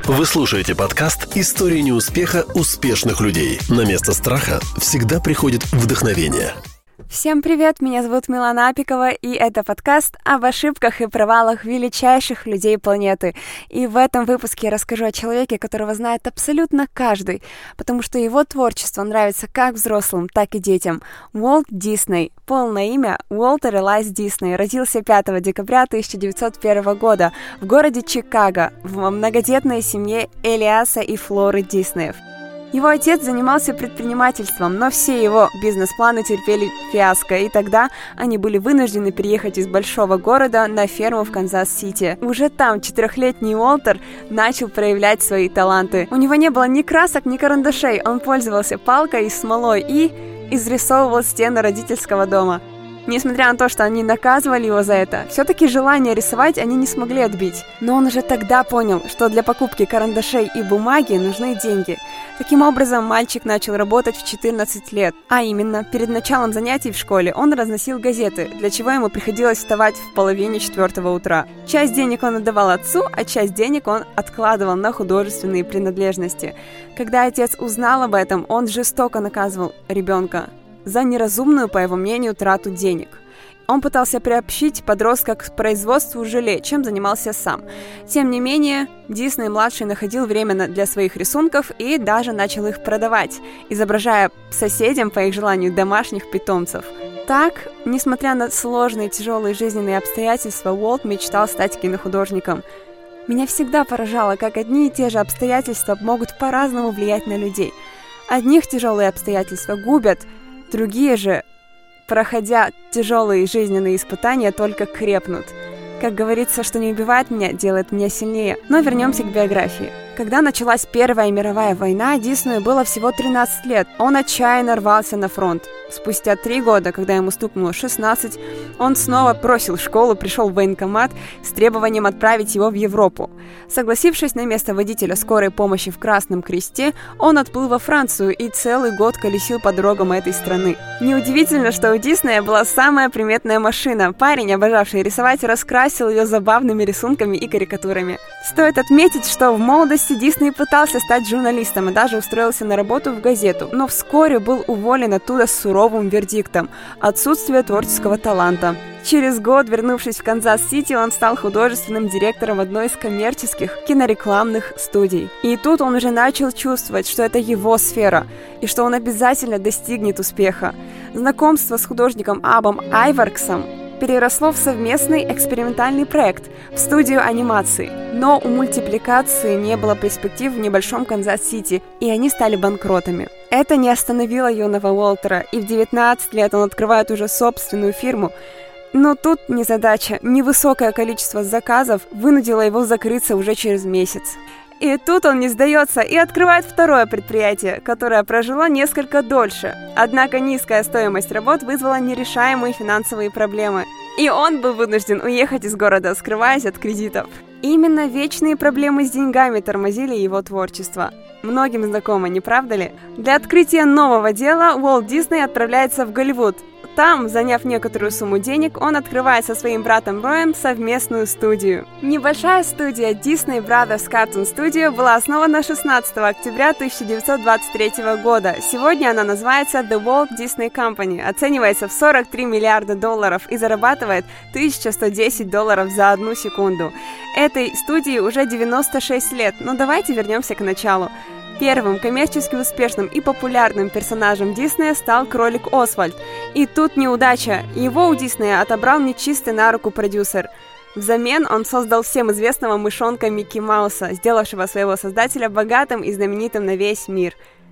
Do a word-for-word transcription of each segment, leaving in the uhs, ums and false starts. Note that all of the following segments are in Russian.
Вы слушаете подкаст «История неуспеха успешных людей». На место страха всегда приходит вдохновение. Всем привет, меня зовут Милана Апикова, и это подкаст об ошибках и провалах величайших людей планеты. И в этом выпуске я расскажу о человеке, которого знает абсолютно каждый, потому что его творчество нравится как взрослым, так и детям. Уолт Дисней. Полное имя Уолтер Элайс Дисней. Родился пятого декабря тысяча девятьсот первого года в городе Чикаго в многодетной семье Элиаса и Флоры Диснеев. Его отец занимался предпринимательством, но все его бизнес-планы терпели фиаско, и тогда они были вынуждены переехать из большого города на ферму в Канзас-Сити. Уже там четырехлетний Уолтер начал проявлять свои таланты. У него не было ни красок, ни карандашей, он пользовался палкой и смолой и изрисовывал стены родительского дома. Несмотря на то, что они наказывали его за это, все-таки желание рисовать они не смогли отбить. Но он уже тогда понял, что для покупки карандашей и бумаги нужны деньги. Таким образом, мальчик начал работать в четырнадцать лет. А именно, перед началом занятий в школе он разносил газеты, для чего ему приходилось вставать в половине четвертого утра. Часть денег он отдавал отцу, а часть денег он откладывал на художественные принадлежности. Когда отец узнал об этом, он жестоко наказывал ребенка за неразумную, по его мнению, трату денег. Он пытался приобщить подростка к производству желе, чем занимался сам. Тем не менее, Дисней-младший находил время для своих рисунков и даже начал их продавать, изображая соседям, по их желанию, домашних питомцев. Так, несмотря на сложные, тяжелые жизненные обстоятельства, Уолт мечтал стать кинохудожником. Меня всегда поражало, как одни и те же обстоятельства могут по-разному влиять на людей. Одних тяжелые обстоятельства губят, другие же, проходя тяжелые жизненные испытания, только крепнут. Как говорится, что не убивает меня, делает меня сильнее. Но вернемся к биографии. Когда началась Первая мировая война, Диснею было всего тринадцать лет. Он отчаянно рвался на фронт. Спустя три года, когда ему стукнуло шестнадцать, он снова бросил школу, пришел в военкомат с требованием отправить его в Европу. Согласившись на место водителя скорой помощи в Красном Кресте, он отплыл во Францию и целый год колесил по дорогам этой страны. Неудивительно, что у Диснея была самая приметная машина. Парень, обожавший рисовать, раскрасил ее забавными рисунками и карикатурами. Стоит отметить, что в молодости Дисней пытался стать журналистом и даже устроился на работу в газету, но вскоре был уволен оттуда с суровым вердиктом – отсутствие творческого таланта. Через год, вернувшись в Канзас-Сити, он стал художественным директором одной из коммерческих кинорекламных студий. И тут он уже начал чувствовать, что это его сфера, и что он обязательно достигнет успеха. Знакомство с художником Абом Айворксом переросло в совместный экспериментальный проект в студию анимации. Но у мультипликации не было перспектив в небольшом Канзас-Сити, и они стали банкротами. Это не остановило юного Уолтера, и в девятнадцать лет он открывает уже собственную фирму. Но тут незадача, невысокое количество заказов вынудило его закрыться уже через месяц. И тут он не сдается и открывает второе предприятие, которое прожило несколько дольше. Однако низкая стоимость работ вызвала нерешаемые финансовые проблемы. И он был вынужден уехать из города, скрываясь от кредитов. Именно вечные проблемы с деньгами тормозили его творчество. Многим знакомо, не правда ли? Для открытия нового дела Уолт Дисней отправляется в Голливуд. Там, заняв некоторую сумму денег, он открывает со своим братом Роем совместную студию. Небольшая студия Disney Brothers Cartoon Studio была основана шестнадцатого октября тысяча девятьсот двадцать третьего года. Сегодня она называется The Walt Disney Company, оценивается в сорок три миллиарда долларов и зарабатывает тысяча сто десять долларов за одну секунду. Этой студии уже девяносто шесть лет, но давайте вернемся к началу. Первым коммерчески успешным и популярным персонажем Диснея стал кролик Освальд. И тут неудача. Его у Диснея отобрал нечистый на руку продюсер. Взамен он создал всем известного мышонка Микки Мауса, сделавшего своего создателя богатым и знаменитым на весь мир.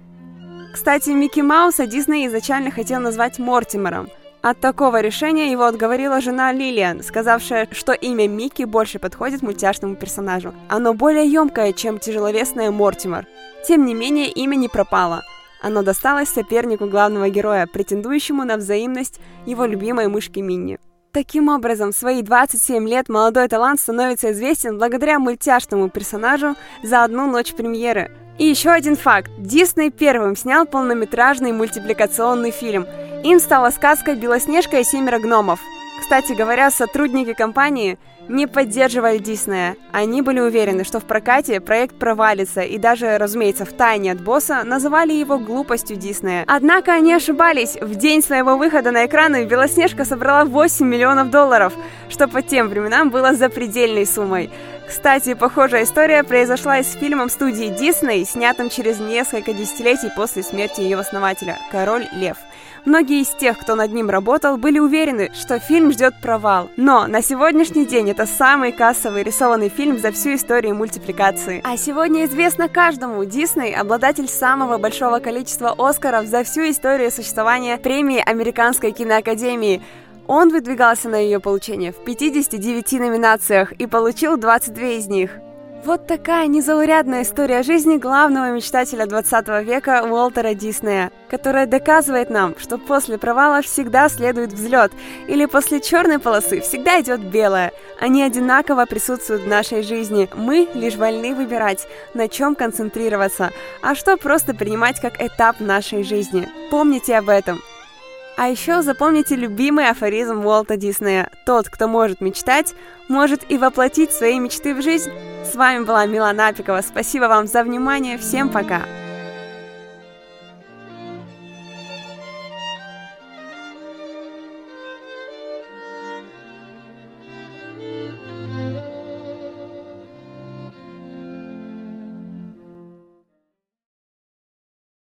Кстати, Микки Мауса Дисней изначально хотел назвать Мортимером. От такого решения его отговорила жена Лилиан, сказавшая, что имя Микки больше подходит мультяшному персонажу. Оно более емкое, чем тяжеловесное Мортимер. Тем не менее, имя не пропало. Оно досталось сопернику главного героя, претендующему на взаимность его любимой мышки Минни. Таким образом, в свои двадцать семь лет молодой талант становится известен благодаря мультяшному персонажу за одну ночь премьеры. И еще один факт. Дисней первым снял полнометражный мультипликационный фильм. Им стала сказка «Белоснежка и семеро гномов». Кстати говоря, сотрудники компании не поддерживали Диснея. Они были уверены, что в прокате проект провалится, и даже, разумеется, втайне от босса называли его глупостью Диснея. Однако они ошибались. В день своего выхода на экраны «Белоснежка» собрала восемь миллионов долларов, что по тем временам было запредельной суммой. Кстати, похожая история произошла и с фильмом студии Disney, снятым через несколько десятилетий после смерти ее основателя – «Король Лев». Многие из тех, кто над ним работал, были уверены, что фильм ждет провал. Но на сегодняшний день это самый кассовый рисованный фильм за всю историю мультипликации. А сегодня известно каждому, Дисней – обладатель самого большого количества Оскаров за всю историю существования премии Американской киноакадемии. Он выдвигался на ее получение в пятидесяти девяти номинациях и получил двадцать две из них. Вот такая незаурядная история жизни главного мечтателя двадцатого века Уолтера Диснея, которая доказывает нам, что после провала всегда следует взлет, или после черной полосы всегда идет белая. Они одинаково присутствуют в нашей жизни. Мы лишь вольны выбирать, на чем концентрироваться, а что просто принимать как этап нашей жизни. Помните об этом. А еще запомните любимый афоризм Уолта Диснея: «Тот, кто может мечтать, может и воплотить свои мечты в жизнь». С вами была Милана Апикова. Спасибо вам за внимание. Всем пока!